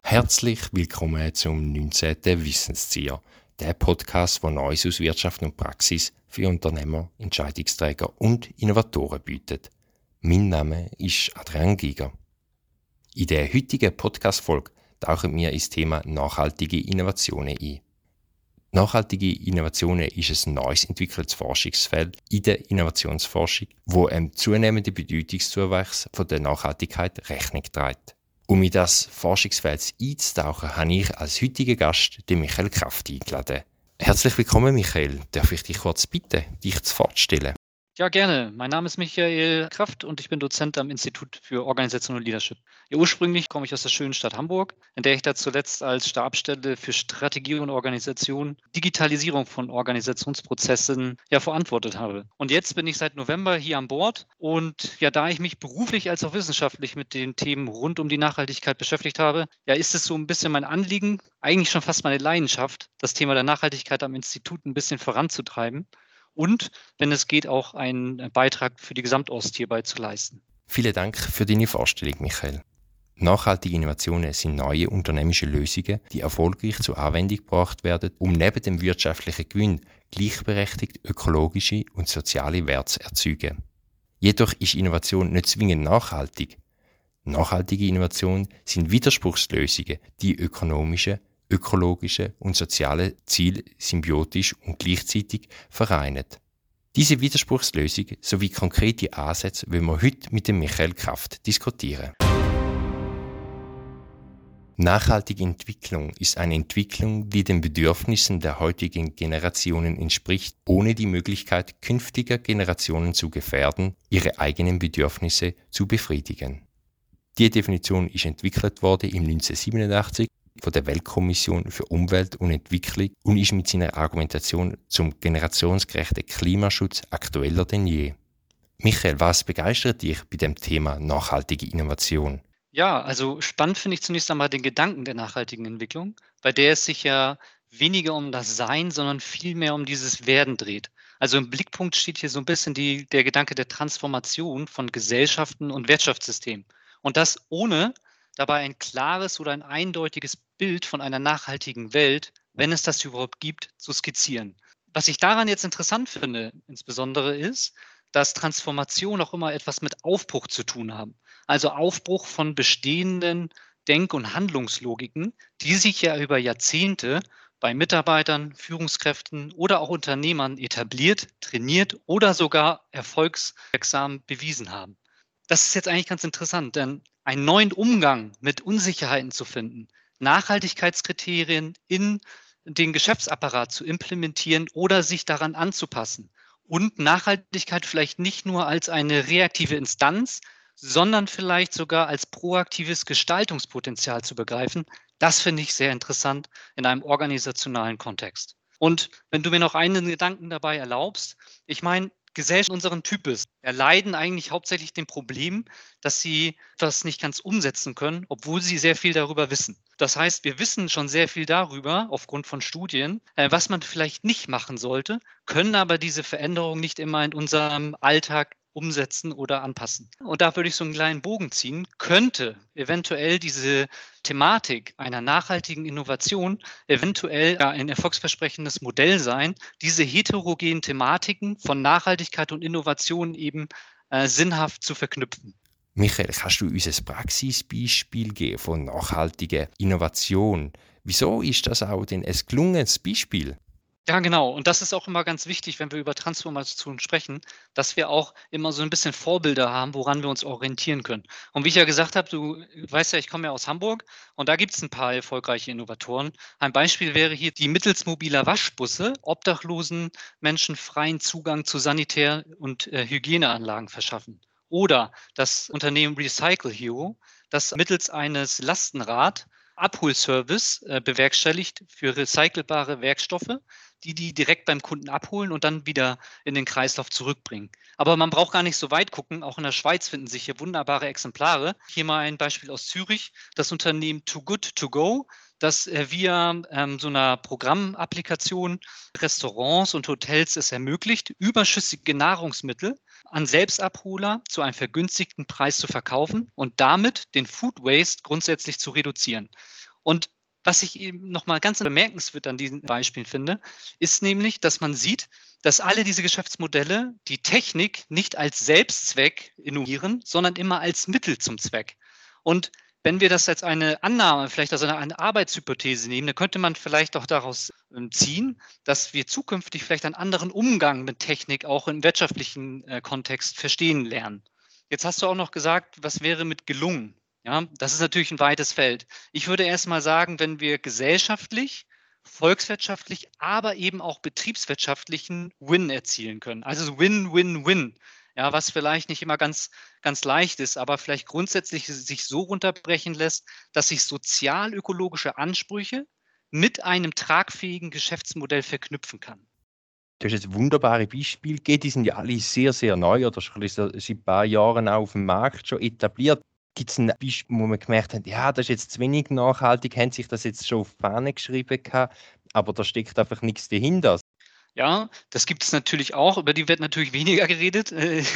Herzlich willkommen zum 19. Wissenstier, der Podcast, der Neues aus Wirtschaft und Praxis für Unternehmer, Entscheidungsträger und Innovatoren bietet. Mein Name ist Adrian Giger. In der heutigen Podcast-Folge tauchen wir ins Thema nachhaltige Innovationen ein. Nachhaltige Innovationen ist ein neues entwickeltes Forschungsfeld in der Innovationsforschung, wo einem zunehmenden Bedeutungszuwachs von der Nachhaltigkeit Rechnung trägt. Um in das Forschungsfeld einzutauchen, habe ich als heutigen Gast den Michael Kraft eingeladen. Herzlich willkommen, Michael. Darf ich dich kurz bitten, dich vorzustellen? Ja, gerne. Mein Name ist Michael Kraft und ich bin Dozent am Institut für Organisation und Leadership. Ja, ursprünglich komme ich aus der schönen Stadt Hamburg, in der ich da zuletzt als Stabsstelle für Strategie und Organisation Digitalisierung von Organisationsprozessen verantwortet habe. Und jetzt bin ich seit November hier an Bord und da ich mich beruflich als auch wissenschaftlich mit den Themen rund um die Nachhaltigkeit beschäftigt habe, ist es so ein bisschen mein Anliegen, eigentlich schon fast meine Leidenschaft, das Thema der Nachhaltigkeit am Institut ein bisschen voranzutreiben. Und, wenn es geht, auch einen Beitrag für die Gesamtost hierbei zu leisten. Vielen Dank für deine Vorstellung, Michael. Nachhaltige Innovationen sind neue unternehmerische Lösungen, die erfolgreich zur Anwendung gebracht werden, um neben dem wirtschaftlichen Gewinn gleichberechtigt ökologische und soziale Werte zu erzeugen. Jedoch ist Innovation nicht zwingend nachhaltig. Nachhaltige Innovationen sind Widerspruchslösungen, die ökonomische, ökologische und soziale Ziele symbiotisch und gleichzeitig vereinen. Diese Widerspruchslösung sowie konkrete Ansätze wollen wir heute mit dem Michael Kraft diskutieren. Nachhaltige Entwicklung ist eine Entwicklung, die den Bedürfnissen der heutigen Generationen entspricht, ohne die Möglichkeit künftiger Generationen zu gefährden, ihre eigenen Bedürfnisse zu befriedigen. Die Definition ist entwickelt worden im 1987 von der Weltkommission für Umwelt und Entwicklung und ist mit seiner Argumentation zum generationsgerechten Klimaschutz aktueller denn je. Michael, was begeistert dich bei dem Thema nachhaltige Innovation? Ja, also spannend finde ich zunächst einmal den Gedanken der nachhaltigen Entwicklung, bei der es sich ja weniger um das Sein, sondern vielmehr um dieses Werden dreht. Also im Blickpunkt steht hier so ein bisschen der Gedanke der Transformation von Gesellschaften und Wirtschaftssystemen. Und das ohne dabei ein klares oder ein eindeutiges Bild von einer nachhaltigen Welt, wenn es das überhaupt gibt, zu skizzieren. Was ich daran jetzt interessant finde, insbesondere ist, dass Transformation auch immer etwas mit Aufbruch zu tun haben. Also Aufbruch von bestehenden Denk- und Handlungslogiken, die sich ja über Jahrzehnte bei Mitarbeitern, Führungskräften oder auch Unternehmern etabliert, trainiert oder sogar erfolgswirksam bewiesen haben. Das ist jetzt eigentlich ganz interessant, denn einen neuen Umgang mit Unsicherheiten zu finden, Nachhaltigkeitskriterien in den Geschäftsapparat zu implementieren oder sich daran anzupassen und Nachhaltigkeit vielleicht nicht nur als eine reaktive Instanz, sondern vielleicht sogar als proaktives Gestaltungspotenzial zu begreifen, das finde ich sehr interessant in einem organisationalen Kontext. Und wenn du mir noch einen Gedanken dabei erlaubst, ich meine, Gesellschaften unseren Types erleiden eigentlich hauptsächlich dem Problem, dass sie das nicht ganz umsetzen können, obwohl sie sehr viel darüber wissen. Das heißt, wir wissen schon sehr viel darüber, aufgrund von Studien, was man vielleicht nicht machen sollte, können aber diese Veränderung nicht immer in unserem Alltag umsetzen oder anpassen. Und da würde ich so einen kleinen Bogen ziehen, könnte eventuell diese Thematik einer nachhaltigen Innovation eventuell ein erfolgsversprechendes Modell sein, diese heterogenen Thematiken von Nachhaltigkeit und Innovation eben sinnhaft zu verknüpfen. Michael, kannst du uns ein Praxisbeispiel geben von nachhaltiger Innovation? Wieso ist das auch denn ein gelungenes Beispiel? Ja, genau. Und das ist auch immer ganz wichtig, wenn wir über Transformation sprechen, dass wir auch immer so ein bisschen Vorbilder haben, woran wir uns orientieren können. Und wie ich ja gesagt habe, du weißt ja, ich komme ja aus Hamburg und da gibt es ein paar erfolgreiche Innovatoren. Ein Beispiel wäre hier die mittels mobiler Waschbusse obdachlosen Menschen freien Zugang zu Sanitär- und Hygieneanlagen verschaffen. Oder das Unternehmen Recycle Hero, das mittels eines Lastenrad Abholservice bewerkstelligt für recycelbare Werkstoffe, die direkt beim Kunden abholen und dann wieder in den Kreislauf zurückbringen. Aber man braucht gar nicht so weit gucken. Auch in der Schweiz finden sich hier wunderbare Exemplare. Hier mal ein Beispiel aus Zürich. Das Unternehmen Too Good To Go, das via so einer Programmapplikation Restaurants und Hotels es ermöglicht, überschüssige Nahrungsmittel an Selbstabholer zu einem vergünstigten Preis zu verkaufen und damit den Food Waste grundsätzlich zu reduzieren. Und was ich eben nochmal ganz bemerkenswert an diesen Beispielen finde, ist nämlich, dass man sieht, dass alle diese Geschäftsmodelle die Technik nicht als Selbstzweck innovieren, sondern immer als Mittel zum Zweck. Und wenn wir das als eine Annahme, vielleicht als eine Arbeitshypothese nehmen, dann könnte man vielleicht auch daraus ziehen, dass wir zukünftig vielleicht einen anderen Umgang mit Technik auch im wirtschaftlichen Kontext verstehen lernen. Jetzt hast du auch noch gesagt, was wäre mit gelungen? Ja, das ist natürlich ein weites Feld. Ich würde erst mal sagen, wenn wir gesellschaftlich, volkswirtschaftlich, aber eben auch betriebswirtschaftlichen Win erzielen können. Also Win, Win, Win. Ja, was vielleicht nicht immer ganz leicht ist, aber vielleicht grundsätzlich sich so runterbrechen lässt, dass sich sozial-ökologische Ansprüche mit einem tragfähigen Geschäftsmodell verknüpfen kann. Du hast jetzt wunderbare Beispiele gegeben, die sind ja alle sehr, sehr neu oder schon seit ein paar Jahren auch auf dem Markt schon etabliert. Gibt es ein Beispiel, wo man gemerkt hat, ja, das ist jetzt zu wenig nachhaltig, haben sich das jetzt schon auf die Fahne geschrieben gehabt, aber da steckt einfach nichts dahinter? Ja, das gibt es natürlich auch, über die wird natürlich weniger geredet,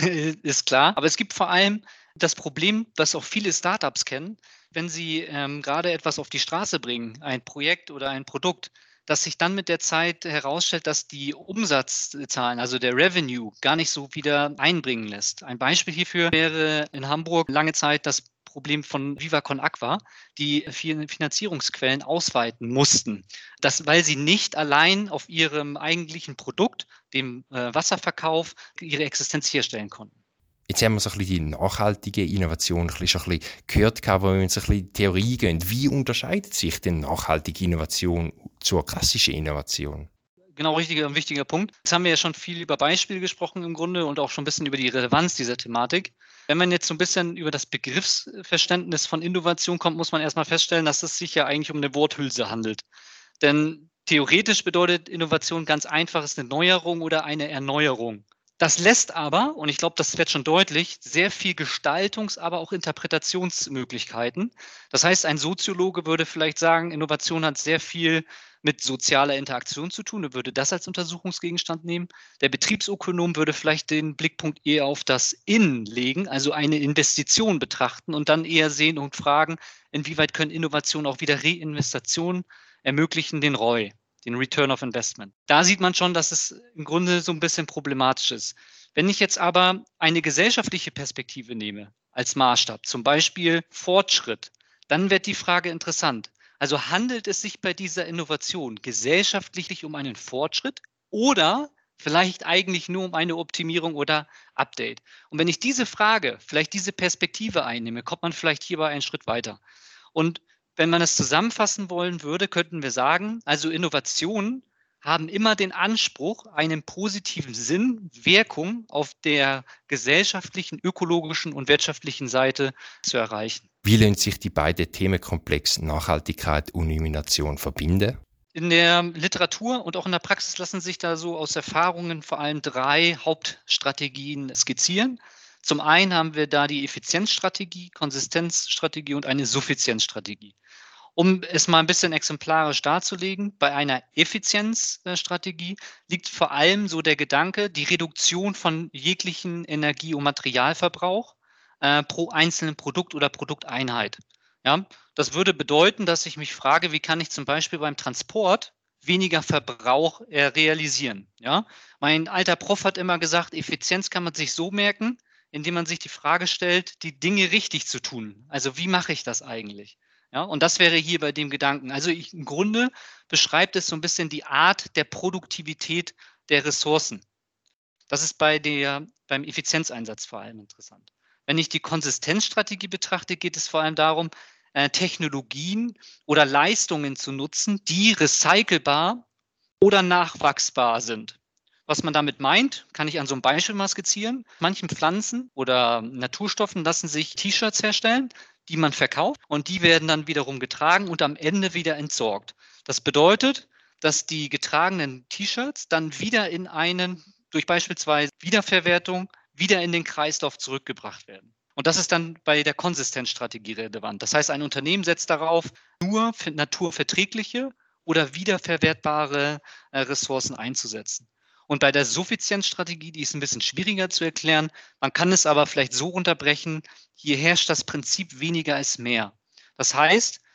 ist klar. Aber es gibt vor allem das Problem, das auch viele Startups kennen, wenn sie gerade etwas auf die Straße bringen, ein Projekt oder ein Produkt, dass sich dann mit der Zeit herausstellt, dass die Umsatzzahlen, also der Revenue, gar nicht so wieder einbringen lässt. Ein Beispiel hierfür wäre in Hamburg lange Zeit das Problem von Viva Con Aqua, die vielen Finanzierungsquellen ausweiten mussten. Das, weil sie nicht allein auf ihrem eigentlichen Produkt, dem Wasserverkauf, ihre Existenz herstellen konnten. Jetzt haben wir so ein bisschen die nachhaltige Innovation schon ein bisschen gehört, aber wenn wir jetzt ein bisschen in die Theorie gehen, wie unterscheidet sich denn nachhaltige Innovation zur klassischen Innovation? Genau, ein wichtiger Punkt. Jetzt haben wir ja schon viel über Beispiele gesprochen im Grunde und auch schon ein bisschen über die Relevanz dieser Thematik. Wenn man jetzt so ein bisschen über das Begriffsverständnis von Innovation kommt, muss man erstmal feststellen, dass es sich ja eigentlich um eine Worthülse handelt. Denn theoretisch bedeutet Innovation ganz einfach, ist eine Neuerung oder eine Erneuerung. Das lässt aber, und ich glaube, das wird schon deutlich, sehr viel Gestaltungs-, aber auch Interpretationsmöglichkeiten. Das heißt, ein Soziologe würde vielleicht sagen, Innovation hat sehr viel mit sozialer Interaktion zu tun, er würde das als Untersuchungsgegenstand nehmen. Der Betriebsökonom würde vielleicht den Blickpunkt eher auf das Innen legen, also eine Investition betrachten und dann eher sehen und fragen, inwieweit können Innovationen auch wieder Reinvestitionen ermöglichen, den ROI, den Return of Investment. Da sieht man schon, dass es im Grunde so ein bisschen problematisch ist. Wenn ich jetzt aber eine gesellschaftliche Perspektive nehme als Maßstab, zum Beispiel Fortschritt, dann wird die Frage interessant. Also handelt es sich bei dieser Innovation gesellschaftlich um einen Fortschritt oder vielleicht eigentlich nur um eine Optimierung oder Update? Und wenn ich diese Frage, vielleicht diese Perspektive einnehme, kommt man vielleicht hierbei einen Schritt weiter. Und wenn man es zusammenfassen wollen würde, könnten wir sagen, also Innovationen haben immer den Anspruch, einen positiven Sinn, Wirkung auf der gesellschaftlichen, ökologischen und wirtschaftlichen Seite zu erreichen. Wie lassen sich die beiden Themenkomplexe Nachhaltigkeit und Innovation verbinden? In der Literatur und auch in der Praxis lassen sich da so aus Erfahrungen vor allem 3 Hauptstrategien skizzieren. Zum einen haben wir da die Effizienzstrategie, Konsistenzstrategie und eine Suffizienzstrategie. Um es mal ein bisschen exemplarisch darzulegen, bei einer Effizienzstrategie liegt vor allem so der Gedanke, die Reduktion von jeglichen Energie- und Materialverbrauch pro einzelnen Produkt oder Produkteinheit. Ja, das würde bedeuten, dass ich mich frage, wie kann ich zum Beispiel beim Transport weniger Verbrauch realisieren? Ja, mein alter Prof hat immer gesagt, Effizienz kann man sich so merken, indem man sich die Frage stellt, die Dinge richtig zu tun. Also wie mache ich das eigentlich? Ja, und das wäre hier bei dem Gedanken. Also im Grunde beschreibt es so ein bisschen die Art der Produktivität der Ressourcen. Das ist beim Effizienzeinsatz vor allem interessant. Wenn ich die Konsistenzstrategie betrachte, geht es vor allem darum, Technologien oder Leistungen zu nutzen, die recycelbar oder nachwachsbar sind. Was man damit meint, kann ich an so einem Beispiel mal skizzieren. Manchen Pflanzen oder Naturstoffen lassen sich T-Shirts herstellen, die man verkauft und die werden dann wiederum getragen und am Ende wieder entsorgt. Das bedeutet, dass die getragenen T-Shirts dann wieder durch beispielsweise Wiederverwertung, wieder in den Kreislauf zurückgebracht werden. Und das ist dann bei der Konsistenzstrategie relevant. Das heißt, ein Unternehmen setzt darauf, nur für naturverträgliche oder wiederverwertbare Ressourcen einzusetzen. Und bei der Suffizienzstrategie, die ist ein bisschen schwieriger zu erklären, man kann es aber vielleicht so unterbrechen, hier herrscht das Prinzip weniger ist mehr. Das heißt,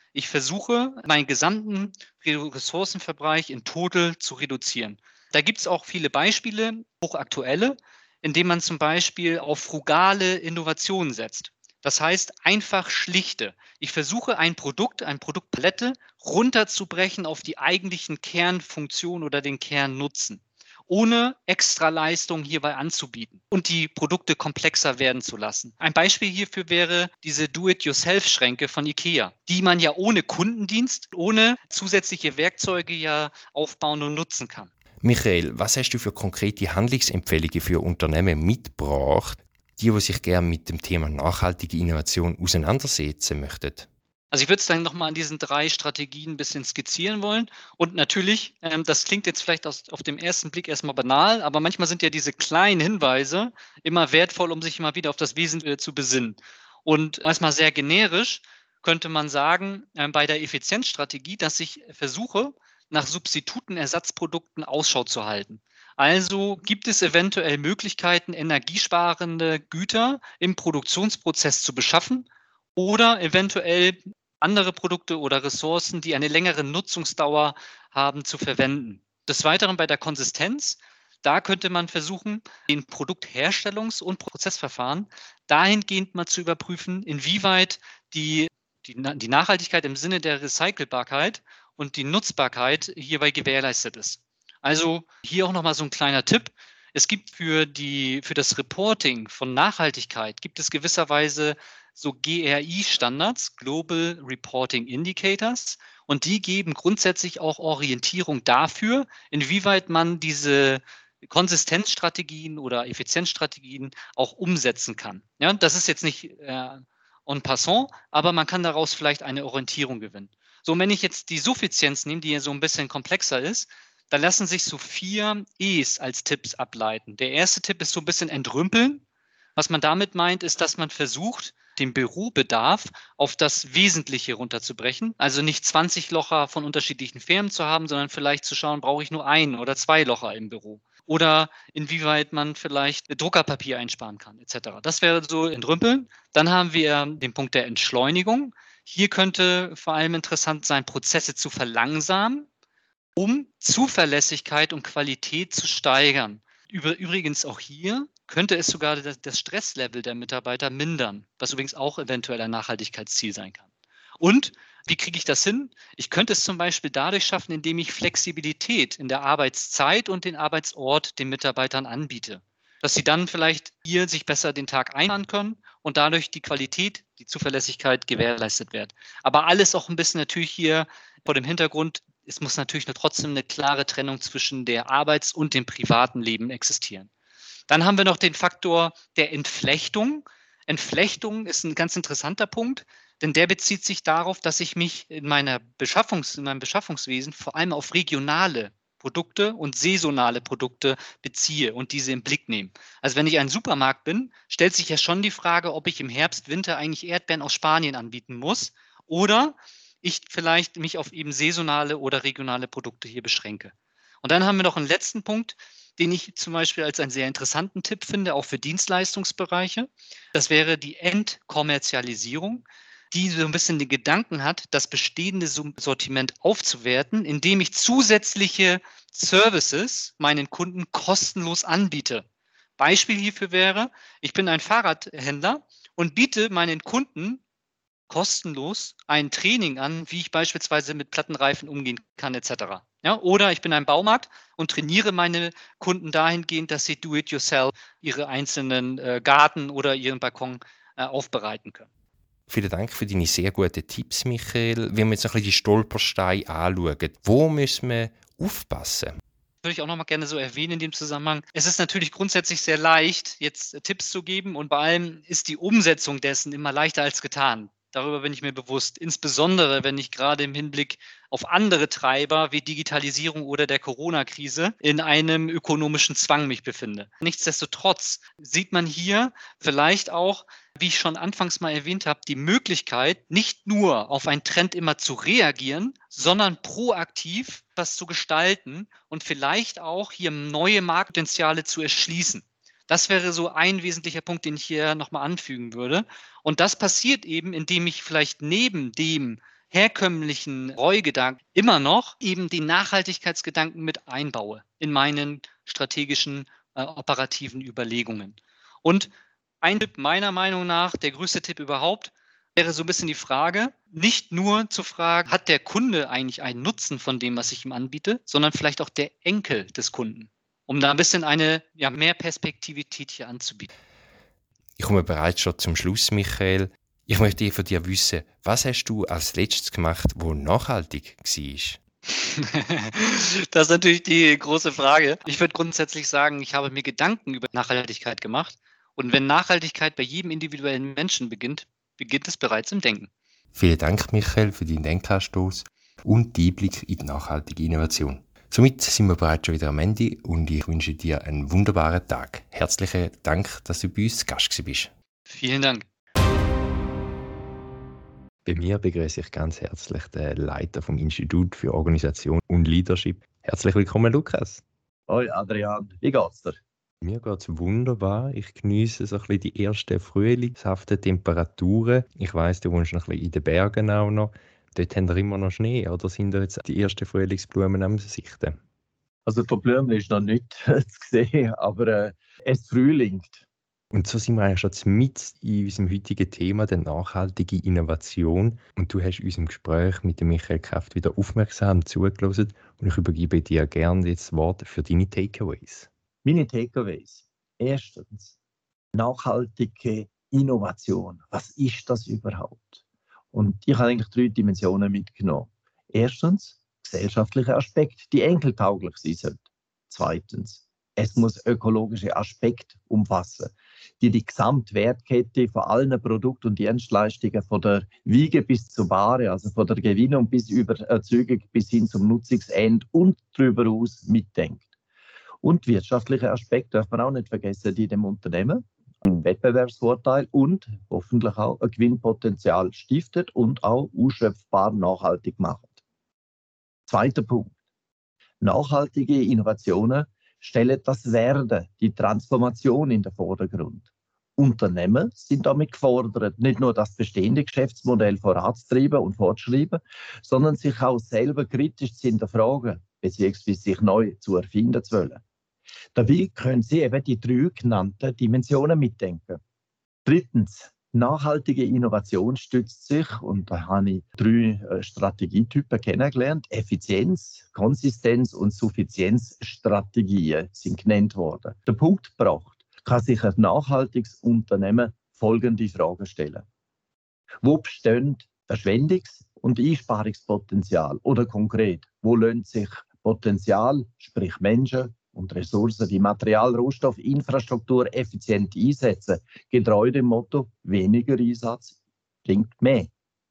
Ich versuche, meinen gesamten Ressourcenverbrauch in total zu reduzieren. Da gibt es auch viele Beispiele, hochaktuelle, indem man zum Beispiel auf frugale Innovationen setzt. Das heißt, einfach schlichte. Ich versuche eine Produktpalette runterzubrechen auf die eigentlichen Kernfunktionen oder den Kernnutzen, ohne Extraleistung hierbei anzubieten und die Produkte komplexer werden zu lassen. Ein Beispiel hierfür wäre diese Do-it-yourself-Schränke von IKEA, die man ja ohne Kundendienst, ohne zusätzliche Werkzeuge ja aufbauen und nutzen kann. Michael, was hast du für konkrete Handlungsempfehlungen für Unternehmen mitgebracht, die sich gerne mit dem Thema nachhaltige Innovation auseinandersetzen möchten? Also ich würde es dann nochmal an diesen 3 Strategien ein bisschen skizzieren wollen. Und natürlich, das klingt jetzt vielleicht auf dem ersten Blick erstmal banal, aber manchmal sind ja diese kleinen Hinweise immer wertvoll, um sich immer wieder auf das Wesentliche zu besinnen. Und erstmal sehr generisch könnte man sagen, bei der Effizienzstrategie, dass ich versuche, nach Substituten, Ersatzprodukten Ausschau zu halten. Also gibt es eventuell Möglichkeiten, energiesparende Güter im Produktionsprozess zu beschaffen oder eventuell andere Produkte oder Ressourcen, die eine längere Nutzungsdauer haben, zu verwenden. Des Weiteren bei der Konsistenz, da könnte man versuchen, den Produktherstellungs- und Prozessverfahren dahingehend mal zu überprüfen, inwieweit die Nachhaltigkeit im Sinne der Recycelbarkeit und die Nutzbarkeit hierbei gewährleistet ist. Also hier auch nochmal so ein kleiner Tipp. Es gibt für das Reporting von Nachhaltigkeit gibt es gewisserweise so GRI-Standards, Global Reporting Indicators, und die geben grundsätzlich auch Orientierung dafür, inwieweit man diese Konsistenzstrategien oder Effizienzstrategien auch umsetzen kann. Ja, das ist jetzt nicht en passant, aber man kann daraus vielleicht eine Orientierung gewinnen. So, wenn ich jetzt die Suffizienz nehme, die ja so ein bisschen komplexer ist, da lassen sich so 4 E's als Tipps ableiten. Der erste Tipp ist so ein bisschen entrümpeln. Was man damit meint, ist, dass man versucht, den Bürobedarf auf das Wesentliche runterzubrechen. Also nicht 20 Locher von unterschiedlichen Firmen zu haben, sondern vielleicht zu schauen, brauche ich nur 1 oder 2 Locher im Büro? Oder inwieweit man vielleicht Druckerpapier einsparen kann, etc. Das wäre so entrümpeln. Dann haben wir den Punkt der Entschleunigung. Hier könnte vor allem interessant sein, Prozesse zu verlangsamen, um Zuverlässigkeit und Qualität zu steigern. Übrigens auch hier könnte es sogar das Stresslevel der Mitarbeiter mindern, was übrigens auch eventuell ein Nachhaltigkeitsziel sein kann. Und wie kriege ich das hin? Ich könnte es zum Beispiel dadurch schaffen, indem ich Flexibilität in der Arbeitszeit und den Arbeitsort den Mitarbeitern anbiete. Dass sie dann vielleicht hier sich besser den Tag einplanen können und dadurch die Qualität, die Zuverlässigkeit gewährleistet wird. Aber alles auch ein bisschen natürlich hier vor dem Hintergrund, es muss natürlich trotzdem eine klare Trennung zwischen der Arbeits- und dem privaten Leben existieren. Dann haben wir noch den Faktor der Entflechtung. Entflechtung ist ein ganz interessanter Punkt, denn der bezieht sich darauf, dass ich mich in meinem Beschaffungswesen vor allem auf regionale Produkte und saisonale Produkte beziehe und diese im Blick nehme. Also wenn ich ein Supermarkt bin, stellt sich ja schon die Frage, ob ich im Herbst, Winter eigentlich Erdbeeren aus Spanien anbieten muss oder ich vielleicht mich auf eben saisonale oder regionale Produkte hier beschränke. Und dann haben wir noch einen letzten Punkt, den ich zum Beispiel als einen sehr interessanten Tipp finde, auch für Dienstleistungsbereiche. Das wäre die Entkommerzialisierung, die so ein bisschen den Gedanken hat, das bestehende Sortiment aufzuwerten, indem ich zusätzliche Services meinen Kunden kostenlos anbiete. Beispiel hierfür wäre, ich bin ein Fahrradhändler und biete meinen Kunden kostenlos ein Training an, wie ich beispielsweise mit Plattenreifen umgehen kann, etc. Ja, oder ich bin ein Baumarkt und trainiere meine Kunden dahingehend, dass sie do-it-yourself ihre einzelnen Garten oder ihren Balkon aufbereiten können. Vielen Dank für deine sehr guten Tipps, Michael. Wenn wir jetzt ein bisschen die Stolpersteine anschauen, wo müssen wir aufpassen? Würde ich auch noch mal gerne so erwähnen in dem Zusammenhang. Es ist natürlich grundsätzlich sehr leicht, jetzt Tipps zu geben und vor allem ist die Umsetzung dessen immer leichter als getan. Darüber bin ich mir bewusst. Insbesondere, wenn ich gerade im Hinblick auf andere Treiber wie Digitalisierung oder der Corona-Krise in einem ökonomischen Zwang mich befinde. Nichtsdestotrotz sieht man hier vielleicht auch, wie ich schon anfangs mal erwähnt habe, die Möglichkeit, nicht nur auf einen Trend immer zu reagieren, sondern proaktiv was zu gestalten und vielleicht auch hier neue Marktpotenziale zu erschließen. Das wäre so ein wesentlicher Punkt, den ich hier nochmal anfügen würde. Und das passiert eben, indem ich vielleicht neben dem herkömmlichen Reugedanken immer noch eben den Nachhaltigkeitsgedanken mit einbaue in meinen strategischen, operativen Überlegungen. Und ein Tipp meiner Meinung nach, der größte Tipp überhaupt, wäre so ein bisschen die Frage, nicht nur zu fragen: „Hat der Kunde eigentlich einen Nutzen von dem, was ich ihm anbiete?“, sondern vielleicht auch der Enkel des Kunden, um da ein bisschen eine, ja, mehr Perspektivität hier anzubieten. Ich komme bereits schon zum Schluss, Michael. Ich möchte von dir wissen, was hast du als Letztes gemacht, wo nachhaltig war? Das ist natürlich die große Frage. Ich würde grundsätzlich sagen, ich habe mir Gedanken über Nachhaltigkeit gemacht. Und wenn Nachhaltigkeit bei jedem individuellen Menschen beginnt, beginnt es bereits im Denken. Vielen Dank, Michael, für deinen Denkanstoß und die Einblick in die nachhaltige Innovation. Somit sind wir bereits schon wieder am Ende und ich wünsche dir einen wunderbaren Tag. Herzlichen Dank, dass du bei uns zu Gast bist. Vielen Dank. Bei mir begrüße ich ganz herzlich den Leiter vom Institut für Organisation und Leadership. Herzlich willkommen, Lukas. Hoi Adrian, wie geht's dir? Mir geht es wunderbar. Ich geniesse so ein bisschen die ersten frühlingshaften Temperaturen. Ich weiss, du wohnst noch ein bisschen in den Bergen auch noch. Dort haben wir immer noch Schnee, oder sind da jetzt die ersten Frühlingsblumen am Sichten? Also von Blumen ist noch nicht zu sehen, aber es frühlingt. Und so sind wir eigentlich schon mit in unserem heutigen Thema, der nachhaltigen Innovation. Und du hast unserem Gespräch mit dem Michael Kraft wieder aufmerksam zugelassen. Und ich übergebe dir gerne jetzt das Wort für deine Takeaways. Meine Takeaways. Erstens, nachhaltige Innovation. Was ist das überhaupt? Und ich habe eigentlich 3 Dimensionen mitgenommen. Erstens, gesellschaftlicher Aspekt, die enkeltauglich sein sollte. Zweitens, es muss ökologische Aspekte umfassen, die gesamte Wertkette von allen Produkten und Dienstleistungen von der Wiege bis zur Ware, also von der Gewinnung bis über Erzeugung bis hin zum Nutzungsende und darüber hinaus mitdenkt. Und wirtschaftliche Aspekte darf man auch nicht vergessen, die dem Unternehmen einen Wettbewerbsvorteil und hoffentlich auch ein Gewinnpotenzial stiftet und auch ausschöpfbar nachhaltig macht. Zweiter Punkt. Nachhaltige Innovationen stellen das Werden, die Transformation in den Vordergrund. Unternehmen sind damit gefordert, nicht nur das bestehende Geschäftsmodell voranzutreiben und fortzuschreiben, sondern sich auch selber kritisch zu hinterfragen bzw. sich neu zu erfinden zu wollen. Dabei können Sie eben die 3 genannten Dimensionen mitdenken. Drittens, nachhaltige Innovation stützt sich, und da habe ich 3 Strategietypen kennengelernt. Effizienz, Konsistenz und Suffizienzstrategien sind genannt worden. Der Punkt gebracht, kann sich ein nachhaltiges Unternehmen folgende Fragen stellen. Wo besteht Verschwendungs- und Einsparungspotenzial? Oder konkret, wo lassen sich Potenzial, sprich Menschen und Ressourcen wie Material, Rohstoff, Infrastruktur effizient einsetzen, getreu dem Motto, weniger Einsatz bringt mehr.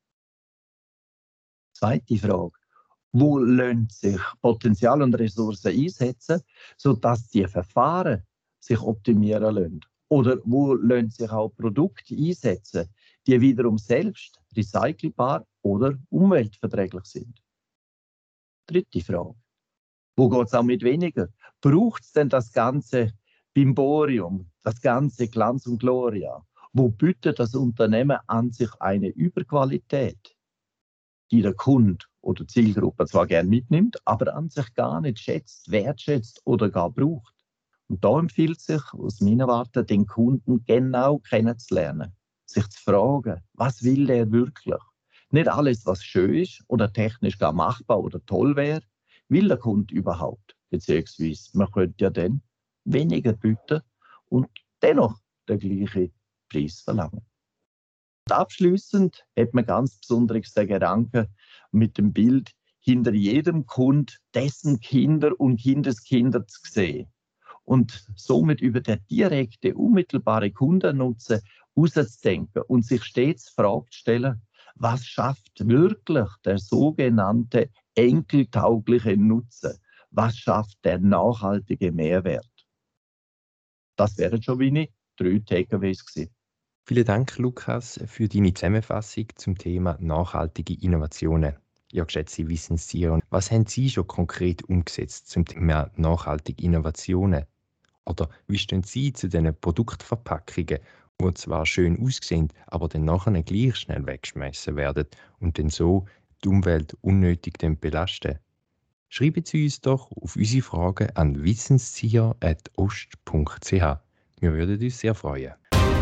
Zweite Frage. Wo lassen sich Potenzial und Ressourcen einsetzen, sodass die Verfahren sich optimieren lassen? Oder wo lassen sich auch Produkte einsetzen, die wiederum selbst recycelbar oder umweltverträglich sind? Dritte Frage. Wo geht es auch mit weniger? Braucht es denn das ganze Bimborium, das ganze Glanz und Gloria? Wo bietet das Unternehmen an sich eine Überqualität, die der Kunde oder Zielgruppe zwar gern mitnimmt, aber an sich gar nicht schätzt, wertschätzt oder gar braucht? Und da empfiehlt sich aus meiner Warte, den Kunden genau kennenzulernen, sich zu fragen, was will er wirklich? Nicht alles, was schön ist oder technisch gar machbar oder toll wäre, will der Kunde überhaupt? Beziehungsweise man könnte ja dann weniger bieten und dennoch den gleichen Preis verlangen. Und abschliessend hat man ganz besonders den Gedanken mit dem Bild, hinter jedem Kund dessen Kinder und Kindeskinder zu sehen. Und somit über den direkten, unmittelbaren Kundennutzen herauszudenken und sich stets die Frage zu stellen, was schafft wirklich der sogenannte enkeltaugliche Nutzen? Was schafft der nachhaltige Mehrwert? Das wären schon meine 3 Takeaways gewesen. Vielen Dank, Lukas, für deine Zusammenfassung zum Thema nachhaltige Innovationen. Ja, geschätzte Wissenstiere, was haben Sie schon konkret umgesetzt zum Thema nachhaltige Innovationen? Oder wie stehen Sie zu diesen Produktverpackungen, die zwar schön aussehen, aber dann nachher gleich schnell weggeschmissen werden und dann so die Umwelt unnötig belasten? Schreiben Sie uns doch auf unsere Fragen an wissenszieher@ost.ch. Wir würden uns sehr freuen.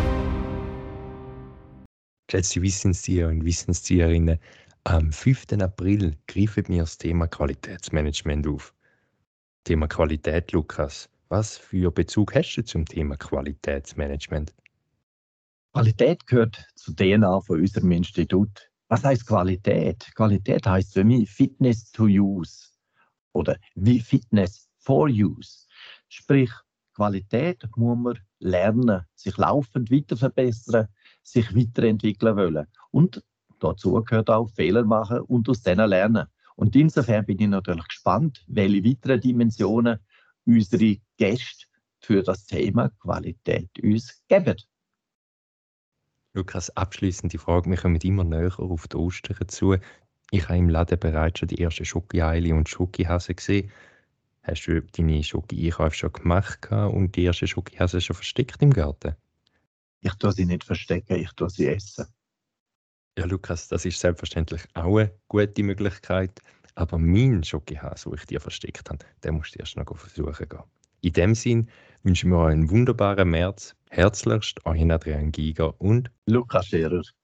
Geschätzte Wissenszieher und Wissenszieherinnen, am 5. April greifen wir das Thema Qualitätsmanagement auf. Thema Qualität, Lukas. Was für Bezug hast du zum Thema Qualitätsmanagement? Qualität gehört zur DNA von unserem Institut. Was heißt Qualität? Qualität heißt für mich Fitness to Use oder wie Fitness for Use. Sprich, Qualität muss man lernen, sich laufend weiter verbessern, sich weiterentwickeln wollen. Und dazu gehört auch Fehler machen und aus denen lernen. Und insofern bin ich natürlich gespannt, welche weiteren Dimensionen unsere Gäste für das Thema Qualität uns geben. Lukas, abschließende Frage. Wir kommen immer näher auf die Ostern zu. Ich habe im Laden bereits schon die ersten Schoki-Eili und Schokihasen gesehen. Hast du deine Schoki-Einkäufe schon gemacht und die ersten Schokihasen schon versteckt im Garten? Ich tue sie nicht verstecken, ich tue sie essen. Ja, Lukas, das ist selbstverständlich auch eine gute Möglichkeit. Aber mein Schokihase, den ich dir versteckt habe, den musst du erst noch versuchen gehen. In dem Sinn wünschen wir euch einen wunderbaren März. Herzlichst, euer Adrian Giger und Lukas Scherer.